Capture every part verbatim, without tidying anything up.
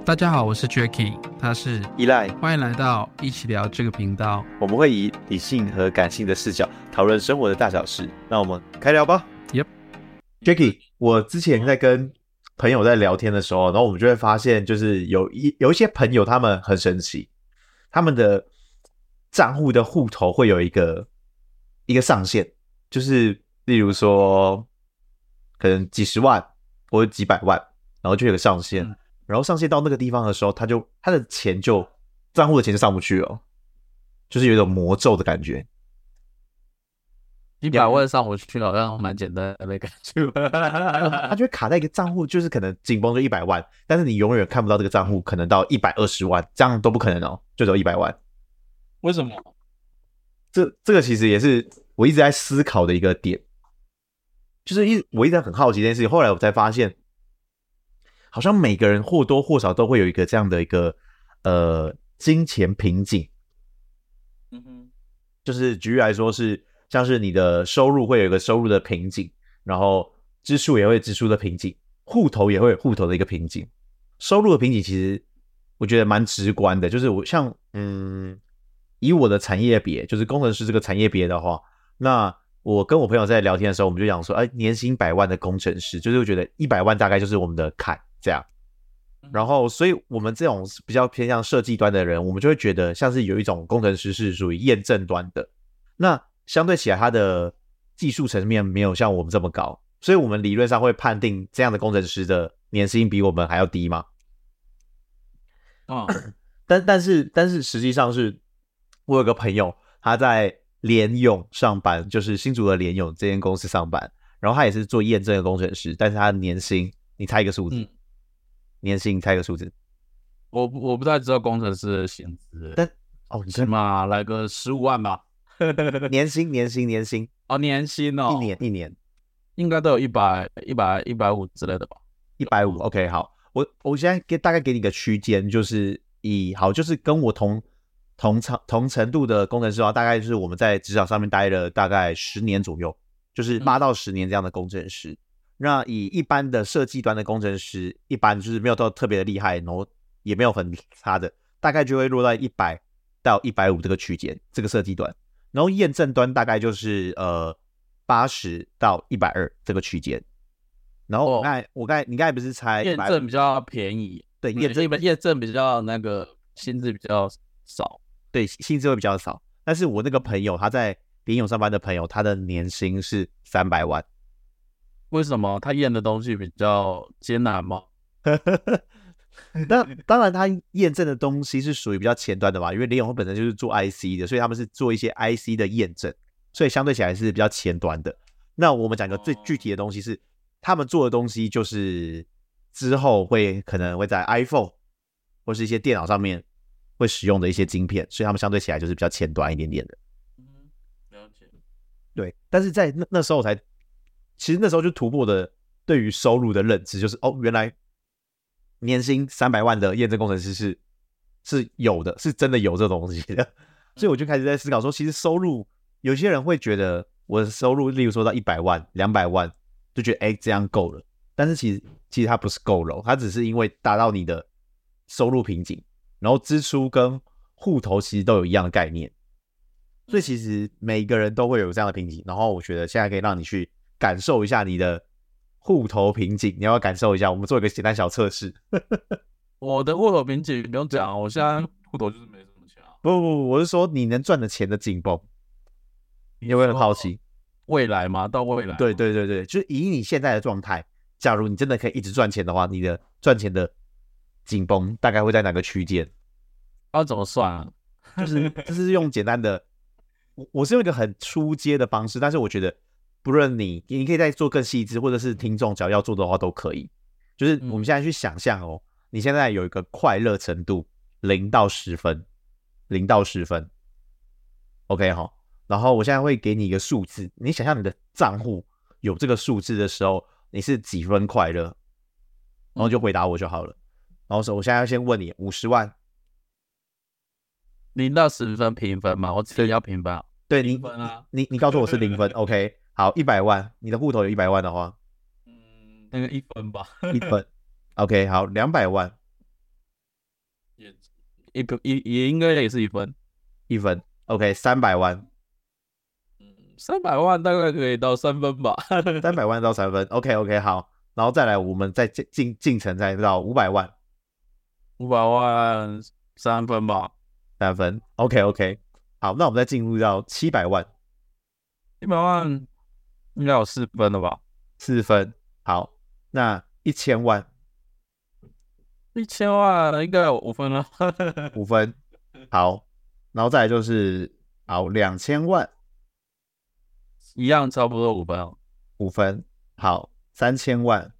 大家好，我是 Jacky， 他是依赖， 欢迎来到一起聊这个频道。 我们会以理性和感性的视角讨论生活的大小事。那我们开聊吧。 Yep， Jacky， 我之前在跟朋友在聊天的时候，然后我们就会发现，就是有一有一些朋友他们很神奇，他们的账户的户头会有一个一个上限，就是例如说可能几十万或者几百万，然后就有个上限。嗯，然后上线到那个地方的时候，他就他的钱就账户的钱就上不去了，就是有一种魔咒的感觉。 一百万上不去好像蛮简单的那感觉， 他就会卡在一个账户，就是可能紧绷就一百万，但是你永远看不到这个账户可能到一百二十万，这样都不可能哦，就只有一百万。 为什么？ 这这个其实也是我一直在思考的一个点，就是一我一直很好奇这件事情，后来我才发现。好像每个人或多或少都会有一个这样的一个呃金钱瓶颈，嗯哼，就是举例来说是像是你的收入会有一个收入的瓶颈，然后支出也会有支出的瓶颈，户头也会有户头的一个瓶颈。收入的瓶颈其实我觉得蛮直观的，就是我像嗯以我的产业别，就是工程师这个产业别的话，那我跟我朋友在聊天的时候，我们就讲说，哎，年薪百万的工程师，就是我觉得一百万大概就是我们的坎。这样，然后所以我们这种比较偏向设计端的人，我们就会觉得像是有一种工程师是属于验证端的，那相对起来他的技术层面没有像我们这么高，所以我们理论上会判定这样的工程师的年薪比我们还要低吗？ 哦， 但但是但是实际上是，我有个朋友他在联咏上班，就是新竹的联咏这间公司上班，然后他也是做验证的工程师，但是他的年薪，你猜一个数字？嗯，年薪猜个数字， 我我不太知道工程师的薪资， 但哦，你起码来个十五万吧。 年薪年薪年薪哦，年薪哦， 一年一年应该都有一百一百一百五之类的吧？ 一百五 ，OK， 好，我我现在给大概给你一个区间，就是以好就是跟我同同程同程度的工程师的话，大概就是我们在职场上面待了大概十年左右，就是八到十年这样的工程师。嗯，那以一般的设计端的工程师，一般就是没有到特别的厉害，然后也没有很差的，大概就会落在一百到一百五这个区间，这个设计端。然后验证端大概就是呃八十到一百二这个区间。然后我刚才、哦、我刚才你刚才不是猜验证比较便宜， 对，验证验证比较那个薪资比较少， 对，薪资会比较少。但是我那个朋友他在联咏上班的朋友，他的年薪是三百万。 为什么他验的东西比较艰难吗？ 但当然他验证的东西是属于比较前端的嘛，因为联咏本身就是做 I C 的，所以他们是做一些 I C 的验证，所以相对起来是比较前端的。那我们讲一个最具体的东西是，哦，他们做的东西就是之后会可能会在 iPhone 或是一些电脑上面会使用的一些晶片，所以他们相对起来就是比较前端一点点的。 嗯，了解。 对，但是在 那, 那时候我才其实那时候就突破的对于收入的认知，就是哦，原来年薪三百万的验证工程师是是有的，是真的有这种东西的，所以我就开始在思考说，其实收入有些人会觉得我的收入，例如说到一百万、两百万，就觉得哎这样够了，但是其实其实它不是够了，它只是因为达到你的收入瓶颈，然后支出跟户头其实都有一样的概念，所以其实每一个人都会有这样的瓶颈，然后我觉得现在可以让你去感受一下你的户头瓶颈，你要不要感受一下？我们做一个简单小测试。 我的户头瓶颈不用讲，我现在户头就是没什么钱啊。 不不不，我是说你能赚的钱的紧绷，你有没有很好奇？ 未来吗？到未来？ 对对对对，就是以你现在的状态，假如你真的可以一直赚钱的话，你的赚钱的紧绷大概会在哪个区间？ 要怎么算啊？ 就是就是用简单的，我我是用一个很初阶的方式，但是我觉得不论你你可以再做更细致，或者是听众只要要做的话都可以。就是我们现在去想象哦，你现在有一个快乐程度零到十分，零到十分 ，OK 哈。然后我现在会给你一个数字，你想象你的账户有这个数字的时候，你是几分快乐，然后就回答我就好了。然后我现在要先问你五十万， 零到十分平分嘛？我自己要平分啊。 对， 零分啊， 你你你告诉我是零分，OK， 好，一百万，你的户头有一百万的话， 嗯，那个一分吧， 一分 ，OK， 好，两百万， 一个一也应该也是一分， 一分。OK， 三百万， 三百万大概可以到三分吧。 三百万到三分。OK OK， 好，然后再来，我们再进进进程再到五百万， 五百万三分吧， 三分。OK OK， 好，那我们再进入到七百万， 一百万应该有四分了吧？ 四分。好，那一千万， 一千万应该有五分了， 五分。好，然后再来就是好两千万， 一样差不多五分哦， 五分。好，三千万，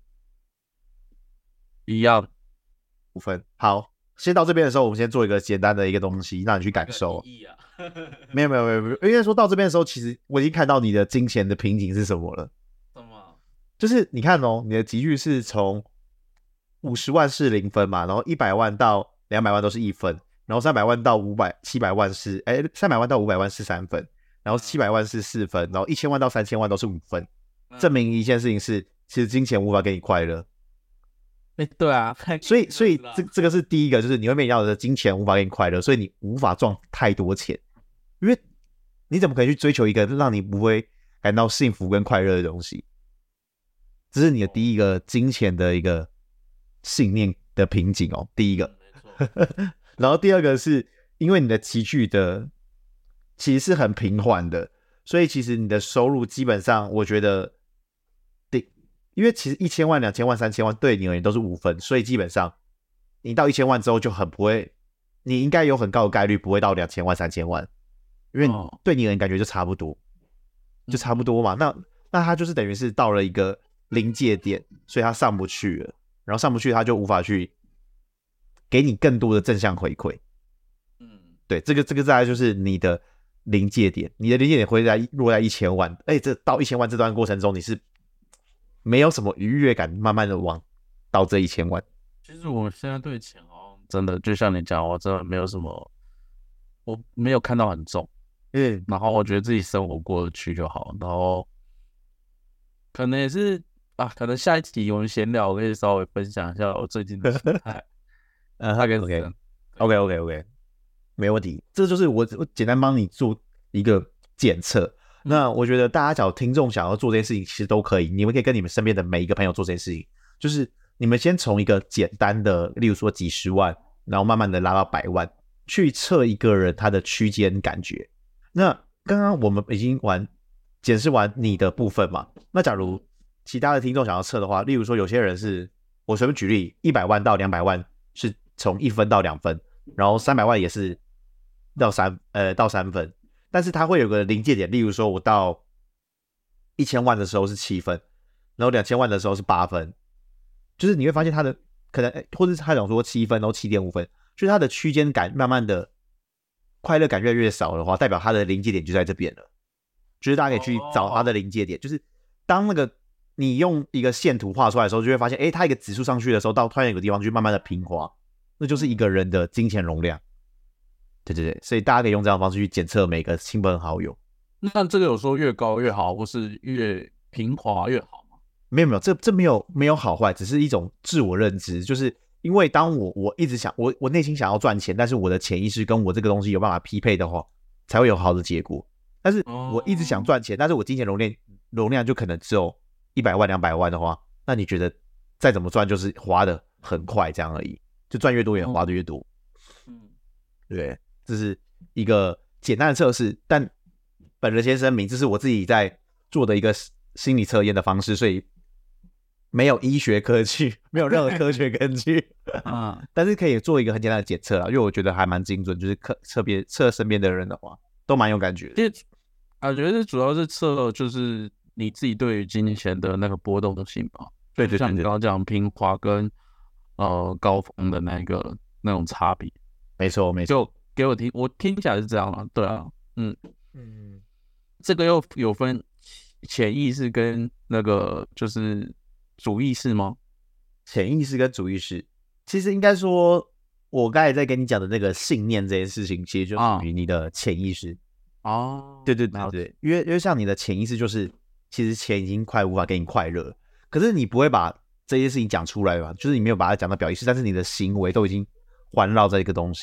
一样五分。好，先到这边的时候，我们先做一个简单的一个东西，让你去感受。 啊、 没有没有没有没有，因为说到这边的时候，其实我已经看到你的金钱的瓶颈是什么了。 什么？ 就是你看哦，你的集聚是从五十万是零分嘛，然后一百万到两百万都是一分，然后三百万到五百七百万是哎三百万到五百万是三分，然后七百万是四分，然后一千万到三千万都是五分。证明一件事情是，其实金钱无法给你快乐。 哎，对啊， 所以所以这这个是第一个，就是你会面临到的金钱无法给你快乐，所以你无法赚太多钱，因为你怎么可能去追求一个让你不会感到幸福跟快乐的东西？这是你的第一个金钱的一个信念的瓶颈哦，第一个。然后第二个是因为你的集聚的其实是很平缓的，所以其实你的收入基本上我觉得，对，因为其实一千万、两千万、三千万对你而言都是五分，所以基本上你到一千万之后就很不会，你应该有很高的概率不会到两千万、三千万，因为对你而言感觉就差不多，就差不多嘛。那那他就是等于是到了一个临界点，所以他上不去了，然后上不去他就无法去给你更多的正向回馈。嗯，对，这个这个大概就是你的临界点，你的临界点会在落在一千万，而且这到一千万这段过程中，你是没有什么愉悦感，慢慢的往到这一千万。 其实我现在对钱好像真的就像你讲，我真的没有什么，我没有看到很重， 嗯， 然后我觉得自己生活过得去就好，然后可能也是啊，可能下一集我们闲聊，我可以稍微分享一下我最近的心态。 呃，大概是这样。OK OK OK， 没问题。这就是我我简单帮你做一个检测。那我觉得大家只要听众想要做这件事情，其实都可以。你们可以跟你们身边的每一个朋友做这件事情，就是你们先从一个简单的，例如说几十万，然后慢慢的拉到百万，去测一个人他的区间感觉。那刚刚我们已经完检视完你的部分嘛？那假如其他的听众想要测的话，例如说有些人是我随便举例，一百万到两百万是从一分到两分，然后三百万也是到三呃到三分，但是它会有个临界点，例如说我到一千万的时候是七分，然后两千万的时候是八分，就是你会发现它的可能，或者是他讲说七分，然后七点五分，就是它的区间感慢慢的快乐感越来越少的话，代表它的临界点就在这边了。就是大家可以去找它的临界点， oh. 就是当那个你用一个线图画出来的时候，就会发现，哎，它一个指数上去的时候，到突然有个地方就慢慢的平滑，那就是一个人的金钱容量。对对对，所以大家可以用这样的方式去检测每个亲朋好友。 那这个有说越高越好，或是越平滑越好吗？ 没有没有，这这没有没有好坏，只是一种自我认知。就是因为当我我一直想我我内心想要赚钱，但是我的潜意识跟我这个东西有办法匹配的话，才会有好的结果。但是我一直想赚钱，但是我金钱容量容量就可能只有一百万两百万的话，那你觉得再怎么赚就是花的很快这样而已，就赚越多也花的越多。嗯，对，这是一个简单的测试，但本人先声明，这是我自己在做的一个心理测验的方式，所以没有医学科据，没有任何科学根据啊，但是可以做一个很简单的检测啦，因为我觉得还蛮精准，就是测别测身边的人的话，都蛮有感觉的。 我觉得主要是测就是你自己对于金钱的那个波动性吧。 对对对对， 像你刚刚讲平滑跟呃高峰的那个那种差别。 没错没错， 就给我听，我听起来是这样啊，对啊，嗯嗯，这个又有分潜意识跟那个就是主意识吗？ 潜意识跟主意识，其实应该说，我刚才在跟你讲的那个信念这件事情，其实就属于你的潜意识。哦，对对对对，因为因为像你的潜意识就是，其实钱已经快无法给你快乐了，可是你不会把这些事情讲出来吧？就是你没有把它讲到表意识，但是你的行为都已经环绕在一个东西，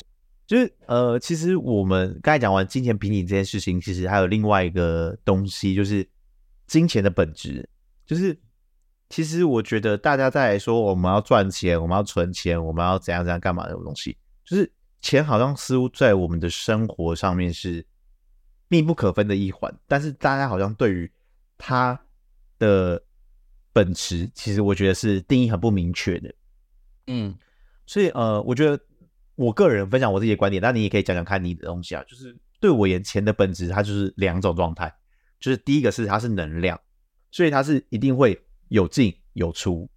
就是呃，其实我们刚才讲完金钱瓶颈这件事情，其实还有另外一个东西，就是金钱的本质。就是其实我觉得大家在说我们要赚钱，我们要存钱，我们要怎样怎样干嘛的东西，就是钱好像似乎在我们的生活上面是密不可分的一环，但是大家好像对于它的本质，其实我觉得是定义很不明确的。 嗯， 所以呃，我觉得我个人分享我自己的观点，但你也可以讲讲看你的东西啊。就是对我而言，钱的本质它就是两种状态，就是第一个是它是能量，所以它是一定会有进有出。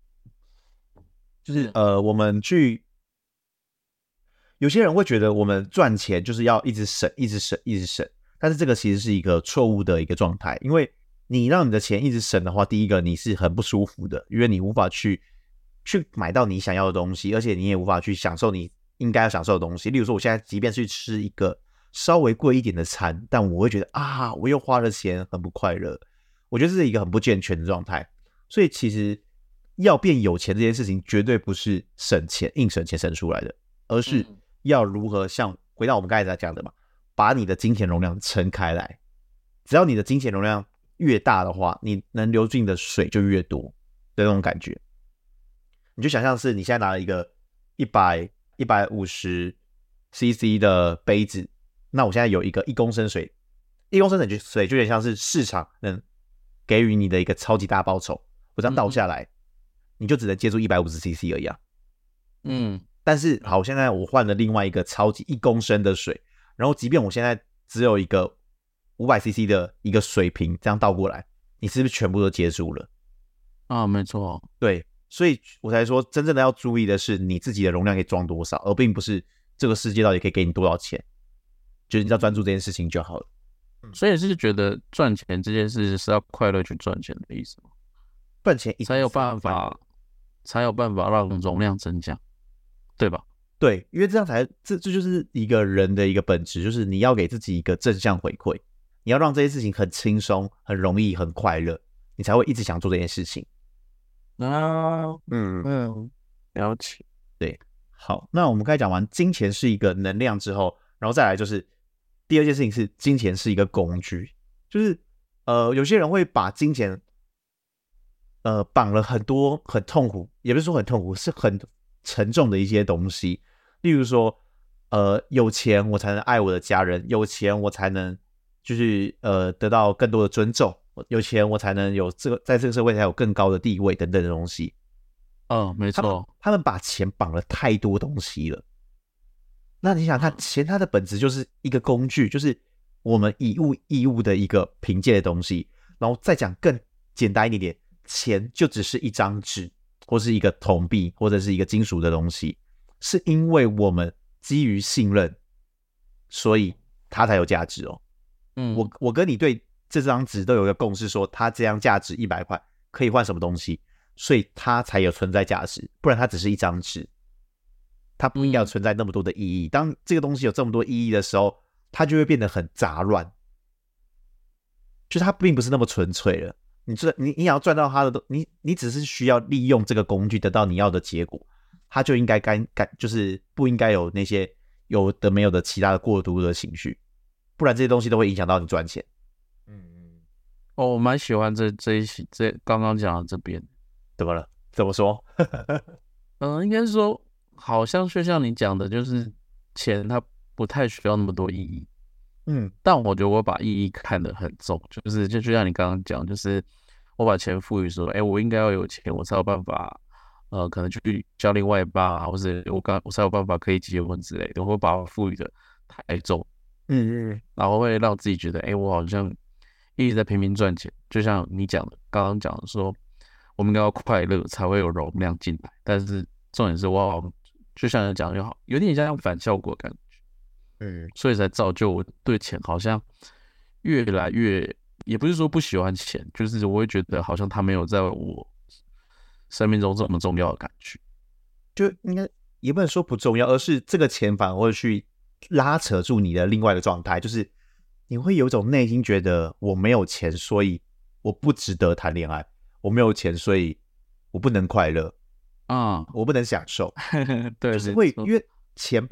就是呃，我们去有些人会觉得我们赚钱就是要一直省，一直省，一直省，但是这个其实是一个错误的一个状态，因为你让你的钱一直省的话，第一个你是很不舒服的，因为你无法去去买到你想要的东西，而且你也无法去享受你应该要享受的东西。例如说，我现在即便是去吃一个稍微贵一点的餐，但我会觉得啊，我又花了钱，很不快乐。我觉得这是一个很不健全的状态。所以其实要变有钱这件事情，绝对不是省钱硬省钱省出来的，而是要如何像回到我们刚才在讲的嘛，把你的金钱容量撑开来。只要你的金钱容量越大的话，你能流进的水就越多的那种感觉。你就想象是你现在拿了一个一百、一百五十 C C 的杯子，那我现在有一个一公升水，一公升的水就有点像是市场能给予你的一个超级大报酬。我这样倒下来，嗯、你就只能接住一百五十 C C 而已啊。 嗯， 但是好，现在我换了另外一个超级一公升的水，然后即便我现在只有一个五百 C C 的一个水瓶，这样倒过来，你是不是全部都接住了？ 啊，没错， 对。所以我才说，真正的要注意的是你自己的容量可以装多少，而并不是这个世界到底可以给你多少钱，就是你要专注这件事情就好了。 所以是觉得赚钱这件事是要快乐去赚钱的意思吗？ 赚钱才有办法，才有办法让容量增加，对吧？ 对，因为这样才这这就是一个人的一个本质，就是你要给自己一个正向回馈，你要让这些事情很轻松、很容易、很快乐，你才会一直想做这件事情。 啊， 嗯嗯，了解。 对，好，那我们刚才讲完金钱是一个能量之后，然后再来就是第二件事情是金钱是一个工具，就是呃有些人会把金钱呃绑了很多很痛苦，也不是说很痛苦，是很沉重的一些东西，例如说呃有钱我才能爱我的家人，有钱我才能就是呃得到更多的尊重，有钱我才能有这个在这个社会才有更高的地位等等的东西。 嗯，没错， 他们他们把钱绑了太多东西了。那你想看，钱它的本质就是一个工具，就是我们以物易物的一个凭借的东西。然后再讲更简单一点点，钱就只是一张纸，或是一个铜币，或者是一个金属的东西，是因为我们基于信任，所以它才有价值哦。嗯，我我跟你对这张纸都有一个共识，说它这样价值一百块可以换什么东西，所以它才有存在价值，不然它只是一张纸，它不应该有存在那么多的意义。当这个东西有这么多意义的时候，它就会变得很杂乱，就是它并不是那么纯粹了。你你你要赚到它的，你你只是需要利用这个工具得到你要的结果，它就应该该该就是不应该有那些有的没有的其他的过度的情绪，不然这些东西都会影响到你赚钱。 嗯嗯，哦，我蛮喜欢这这一这刚刚讲的这边。 怎么了？怎么说？ 嗯、呃，应该是说，好像就像你讲的，就是钱它不太需要那么多意义。嗯，但我觉得我把意义看得很重，就是就就像你刚刚讲，就是我把钱赋予说，哎，我应该要有钱，我才有办法，呃，可能去交另外一半啊，或者我刚我才有办法可以结婚之类的，我会把我赋予的太重，嗯嗯，然后会让自己觉得，哎，我好像一直在拼命赚钱，就像你讲的，刚刚讲的说，我们应该要快乐才会有容量进来，但是重点是我好像就像你讲就好，有点像反效果感觉。嗯，所以才造就我对钱好像越来越，也不是说不喜欢钱，就是我会觉得好像它没有在我生命中这么重要的感觉。 就应该也不能说不重要，而是这个钱反而会去拉扯住你的另外一个状态，就是你会有一种内心觉得我没有钱，所以我不值得谈恋爱，我没有钱，所以我不能快乐啊、嗯，我不能享受。对，就是会因为钱被你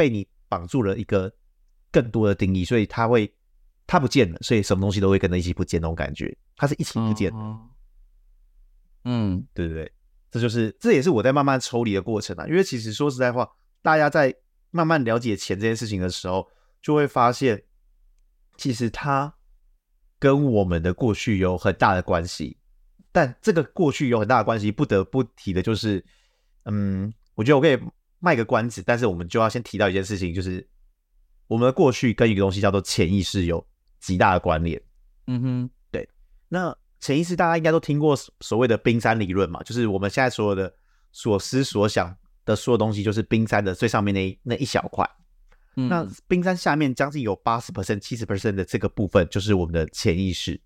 绑住了一个更多的定义，所以它会它不见了，所以什么东西都会跟着一起不见那种感觉，它是一起不见的。 嗯，嗯对对对，这就是这也是我在慢慢抽离的过程啊。因为其实说实在话，大家在慢慢了解钱这件事情的时候，就会发现，其实它跟我们的过去有很大的关系。但这个过去有很大的关系，不得不提的就是，嗯，我觉得我可以卖个关子，但是我们就要先提到一件事情，就是我们的过去跟一个东西叫做潜意识有极大的关联。 嗯哼， 对。那潜意识大家应该都听过所谓的冰山理论嘛，就是我们现在所有的所思所想的所有东西，就是冰山的最上面那 一, 那一小块。 嗯， 那冰山下面将近有 百分之八十、百分之七十 的这个部分，就是我们的潜意识。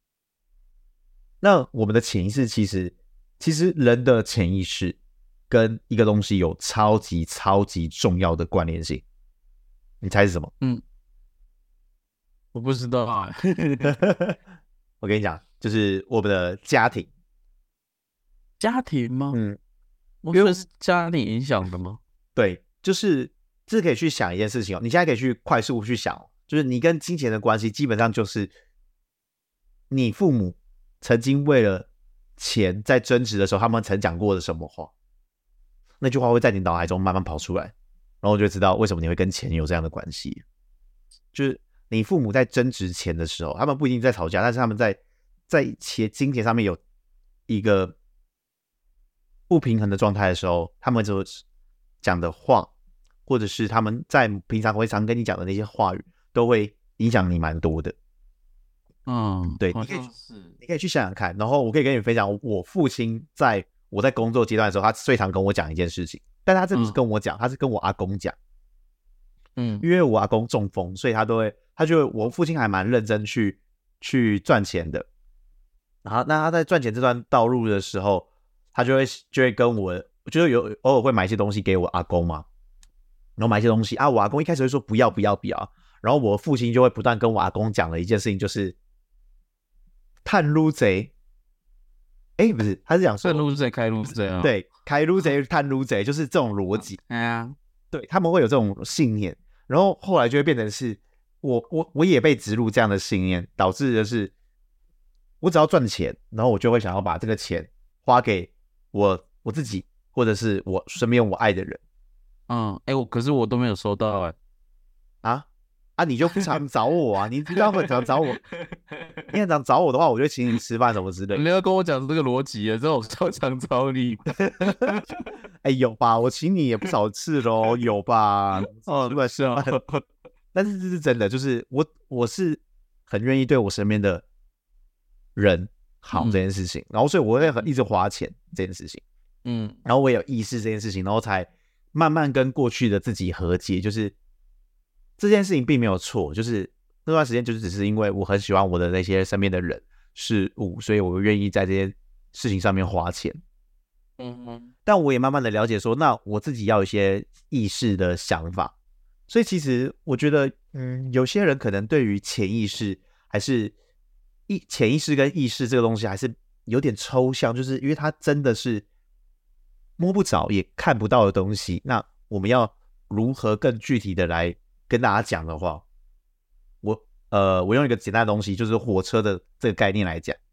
那我们的潜意识其实，其实人的潜意识跟一个东西有超级超级重要的关联性。你猜是什么？ 嗯，我不知道啊。 我跟你讲，就是我们的家庭。 家庭吗？ 嗯， 我觉得是家庭影响的吗？ 对，就是这可以去想一件事情哦。你现在可以去快速去想，就是你跟金钱的关系，基本上就是你父母曾经为了钱在争执的时候，他们曾讲过的什么话，那句话会在你脑海中慢慢跑出来，然后就知道为什么你会跟钱有这样的关系。就是你父母在争执钱的时候，他们不一定在吵架，但是他们在在钱金钱上面有一个不平衡的状态的时候，他们就讲的话，或者是他们在平常会常跟你讲的那些话语，都会影响你蛮多的。 嗯， 对，你可以你可以去想想看。然后我可以跟你分享，我父亲在我在工作阶段的时候，他最常跟我讲一件事情，但他这不是跟我讲，嗯、他是跟我阿公讲。嗯，因为我阿公中风，所以他都会，他就我父亲还蛮认真去去赚钱的。然后，那他在赚钱这段道路的时候，他就会就会跟我，我觉得有偶尔会买一些东西给我阿公嘛，然后买一些东西啊，我阿公一开始会说不要不要不要，然后我父亲就会不断跟我阿公讲了一件事情，就是探路贼，哎，不是，他是讲说探路贼开路贼啊， 对，开路贼探路贼，就是这种逻辑。 哎呀， 对，他们会有这种信念，然后后来就会变成是我我我也被植入这样的信念，导致的是我只要赚钱，然后我就会想要把这个钱花给我我自己，或者是我身边我爱的人。 嗯，哎、欸，我可是我都没有收到哎、 欸，啊啊，你就不常找我啊？你知道很常找我，你很常找我的话，我就请你吃饭什么之类的。 你要跟我讲这个逻辑啊，这种超常找你。 哎、欸，有吧？我请你也不少次咯，有吧？ 哦，对吧？是啊。 但是这是真的，就是我我是很愿意对我身边的人好这件事情，嗯、然后所以我会很一直花钱这件事情，嗯，然后我也有意识这件事情，然后才慢慢跟过去的自己和解，就是这件事情并没有错，就是那段时间就是只是因为我很喜欢我的那些身边的人事物，所以我愿意在这些事情上面花钱，嗯哼，但我也慢慢的了解说，那我自己要有一些意识的想法，所以其实我觉得，嗯，有些人可能对于潜意识还是意潜意识跟意识这个东西还是有点抽象，就是因为它真的是摸不着也看不到的东西。那我们要如何更具体的来跟大家讲的话，我呃，我用一个简单的东西，就是火车的这个概念来讲，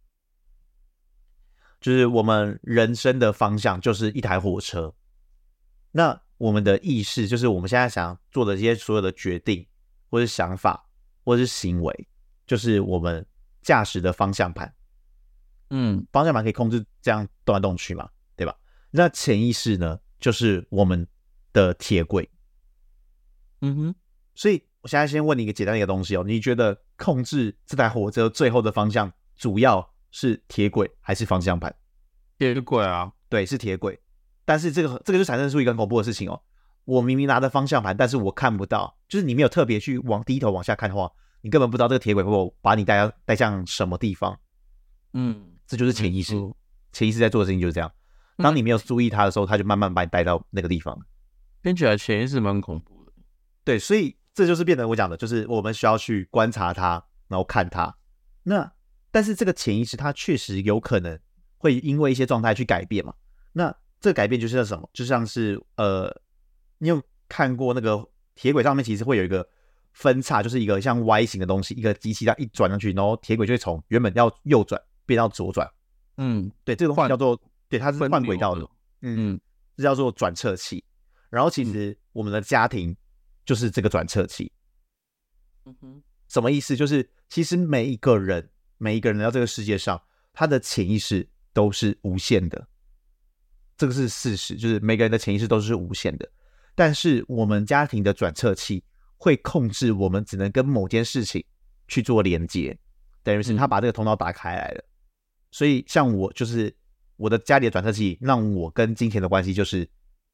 就是我们人生的方向就是一台火车，那我们的意识就是我们现在想做的这些所有的决定，或是想法，或是行为，就是我们驾驶的方向盘。嗯，方向盘可以控制这样动来动去嘛，对吧？那潜意识呢，就是我们的铁轨。嗯哼，所以我现在先问你一个简单的一个东西哦，你觉得控制这台火车最后的方向主要是铁轨还是方向盘？ 铁轨啊， 对，是铁轨。但是这个这个就产生出一个很恐怖的事情哦，我明明拿着方向盘，但是我看不到，就是你没有特别去往低头往下看的话，你根本不知道这个铁轨会把你带带向什么地方。嗯，这就是潜意识，嗯、潜意识在做的事情就是这样。当你没有注意它的时候，它就慢慢把你带到那个地方。 听起来潜意识蛮恐怖的。 对，所以这就是变成我讲的，就是我们需要去观察它，然后看它。那但是这个潜意识它确实有可能会因为一些状态去改变嘛。那这个改变就是什么？就像是呃，你有看过那个铁轨上面其实会有一个分叉，就是一个像 Y 型的东西，一个机器它一转上去，然后铁轨就会从原本要右转变到左转。 嗯， 对，这个东西叫做，对，它是换轨道的，嗯，这叫做转辙器。然后其实我们的家庭就是这个转辙器。嗯哼，什么意思？就是其实每一个人，每一个人来到这个世界上，他的潜意识都是无限的，这个是事实，就是每个人的潜意识都是无限的。但是我们家庭的转辙器会控制我们只能跟某件事情去做连接，等于是他把这个通道打开来了。所以像我就是我的家里的转辙器，让我跟金钱的关系就是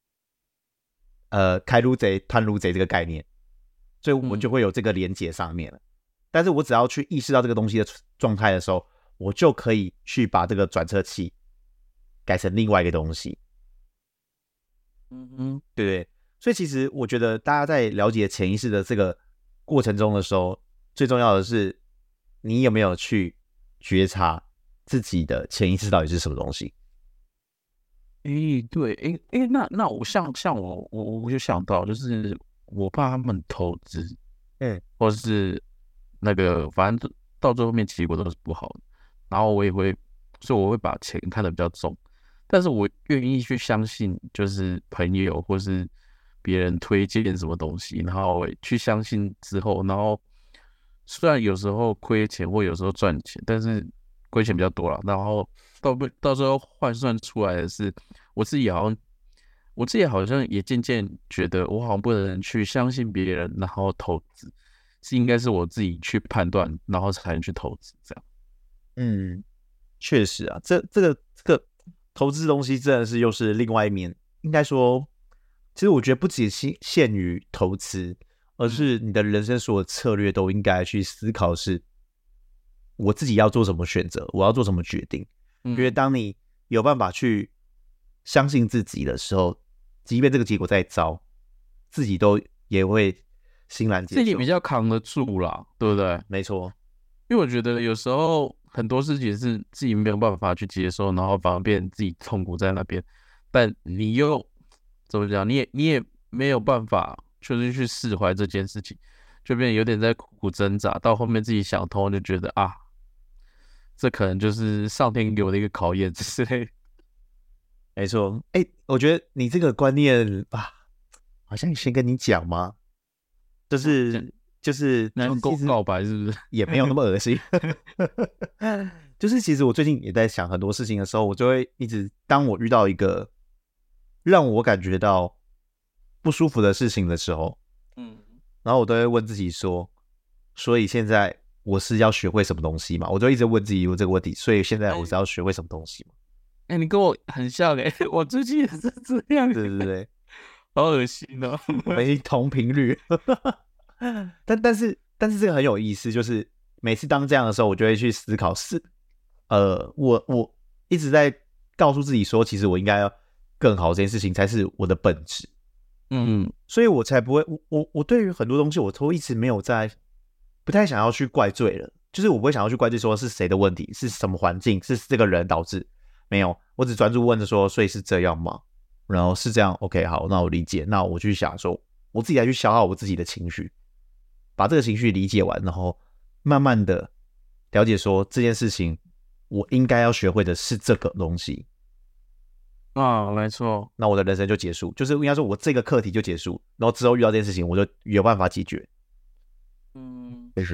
呃开路贼探路贼这个概念，所以我就会有这个连接上面了。但是我只要去意识到这个东西的状态的时候，我就可以去把这个转辙器改成另外一个东西。嗯哼，对不对？所以其实我觉得大家在了解潜意识的这个过程中的时候，最重要的是你有没有去觉察自己的潜意识到底是什么东西。 诶，对，诶诶，那那我像像我我我就想到，就是我爸他们投资，嗯，或是那个反正到最后面结果都是不好的，然后我也会，所以我会把钱看得比较重，但是我愿意去相信，就是朋友或是别人推荐什么东西，然后我去相信之后，然后虽然有时候亏钱或有时候赚钱，但是亏钱比较多了，然后到到时候换算出来的是，我自己好像我自己好像也渐渐觉得，我好像不能去相信别人，然后投资是应该是我自己去判断，然后才能去投资这样。 嗯，确实啊，这这个这个投资东西真的是又是另外一面。应该说，其实我觉得不仅限于投资，而是你的人生所有策略都应该去思考是，我自己要做什么选择，我要做什么决定。因为当你有办法去相信自己的时候，即便这个结果再糟，自己都也会欣然接受， 自己比较扛得住啦，对不对？ 没错， 因为我觉得有时候很多事情是自己没有办法去接受，然后反而变成自己痛苦在那边，但你又怎么讲？你也你也没有办法就是去释怀这件事情，就变得有点在苦苦挣扎。到后面自己想通，就觉得啊，这可能就是上天给我的一个考验之类的。 没错，哎、欸，我觉得你这个观念啊，好像先跟你讲吗？就是就是那告告白是不是？ 也没有那么恶心。就是其实我最近也在想很多事情的时候，我就会一直当我遇到一个让我感觉到不舒服的事情的时候，嗯，然后我都会问自己说，所以现在我是要学会什么东西嘛？我就一直问自己这个问题，所以现在我是要学会什么东西嘛？ 哎、欸，你跟我很像哎、欸，我最近也是这样， 对对对， 好恶心哦， 没同频率。但但是但是这个很有意思，就是每次当这样的时候，我就会去思考，是呃，我我一直在告诉自己说，其实我应该要更好，这件事情才是我的本质。嗯，所以我才不会，我我我对于很多东西，我都一直没有在，不太想要去怪罪了，就是我不会想要去怪罪说是谁的问题，是什么环境，是这个人导致。没有，我只专注问着说，所以是这样吗？然后是这样 ，OK， 好，那我理解。那我去想说，我自己来去消耗我自己的情绪，把这个情绪理解完，然后慢慢的了解说这件事情，我应该要学会的是这个东西。 啊，没错。 那我的人生就结束，就是应该说我这个课题就结束，然后之后遇到这件事情，我就有办法解决。嗯，就是，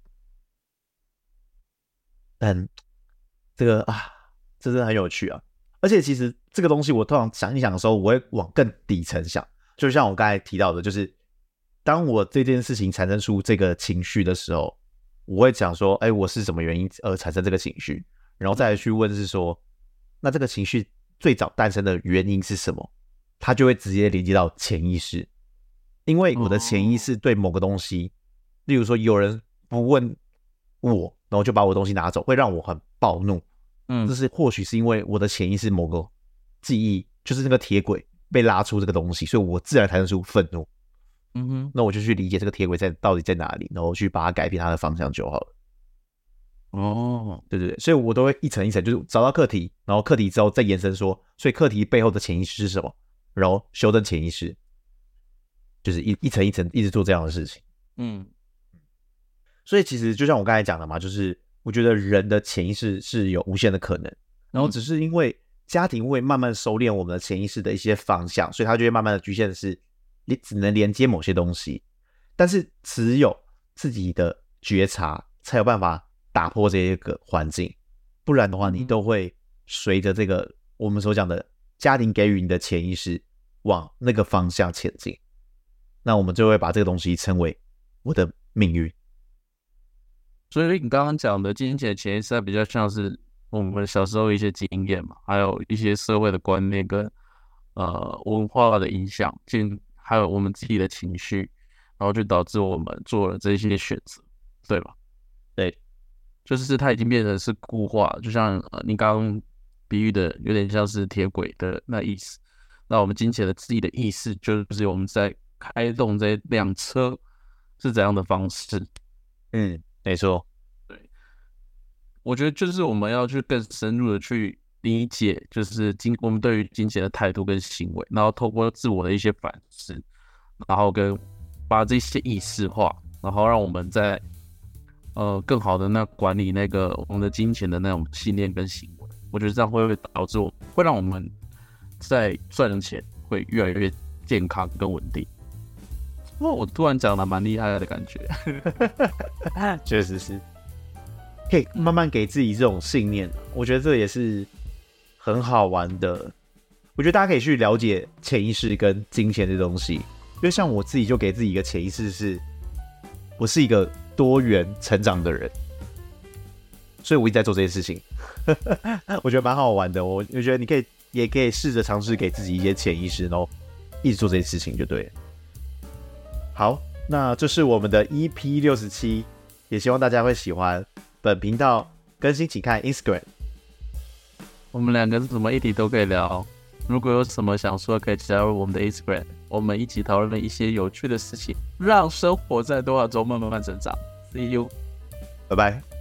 但这个啊，这真的很有趣啊！而且其实这个东西，我通常想一想的时候，我会往更底层想。就像我刚才提到的，就是当我这件事情产生出这个情绪的时候，我会想说，哎，我是什么原因而产生这个情绪？然后再来去问是说，那这个情绪最早诞生的原因是什么？它就会直接连接到潜意识，因为我的潜意识对某个东西，例如说有人不问我，然后就把我的东西拿走，会让我很暴怒。嗯，这是或许是因为我的潜意识某个记忆，就是那个铁轨被拉出这个东西，所以我自然产生出愤怒。嗯哼，那我就去理解这个铁轨在到底在哪里，然后去把它改变它的方向就好了。哦，对对对，所以我都会一层一层，就是找到课题，然后课题之后再延伸说，所以课题背后的潜意识是什么，然后修正潜意识。 就是一一层一层一直做这样的事情。嗯，所以其实就像我刚才讲的嘛，就是我觉得人的潜意识是有无限的可能，然后只是因为家庭会慢慢收敛我们的潜意识的一些方向，所以它就会慢慢的局限的是你只能连接某些东西，但是只有自己的觉察才有办法打破这个环境，不然的话你都会随着这个我们所讲的家庭给予你的潜意识往那个方向前进，那我们就会把这个东西称为我的命运。 所以你刚刚讲的金钱潜意识比较像是我们小时候一些经验嘛，还有一些社会的观念跟呃文化的影响，还有我们自己的情绪，然后就导致我们做了这些选择，对吧？ 对， 就是它已经变成是固化，就像、呃、你刚刚比喻的有点像是铁轨的那意思。那我们金钱的自己的意识就是我们在开动这辆车是怎样的方式。 嗯，没错。 对，我觉得就是我们要去更深入的去理解，就是金我们对于金钱的态度跟行为，然后透过自我的一些反思，然后跟把这些意识化，然后让我们在呃更好的那管理那个我们的金钱的那种信念跟行为。我觉得这样会导致我会让我们在赚的钱会越来越健康跟稳定。哦，我突然讲的蛮厉害的感觉。 确实是可以慢慢给自己这种信念，我觉得这也是很好玩的。我觉得大家可以去了解潜意识跟金钱这东西，因为像我自己就给自己一个潜意识是我是一个多元成长的人，所以我一直在做这些事情。我觉得蛮好玩的，我觉得你可以也可以试着尝试给自己一些潜意识，然后一直做这些事情就对了。好，那这是我们的 E P 六十七，也希望大家会喜欢。本频道更新请看 Instagram。 我们两个什么议题都可以聊，如果有什么想说可以加入我们的 Instagram， 我们一起讨论一些有趣的事情，让生活在多少中慢慢成长。 See you， 拜拜。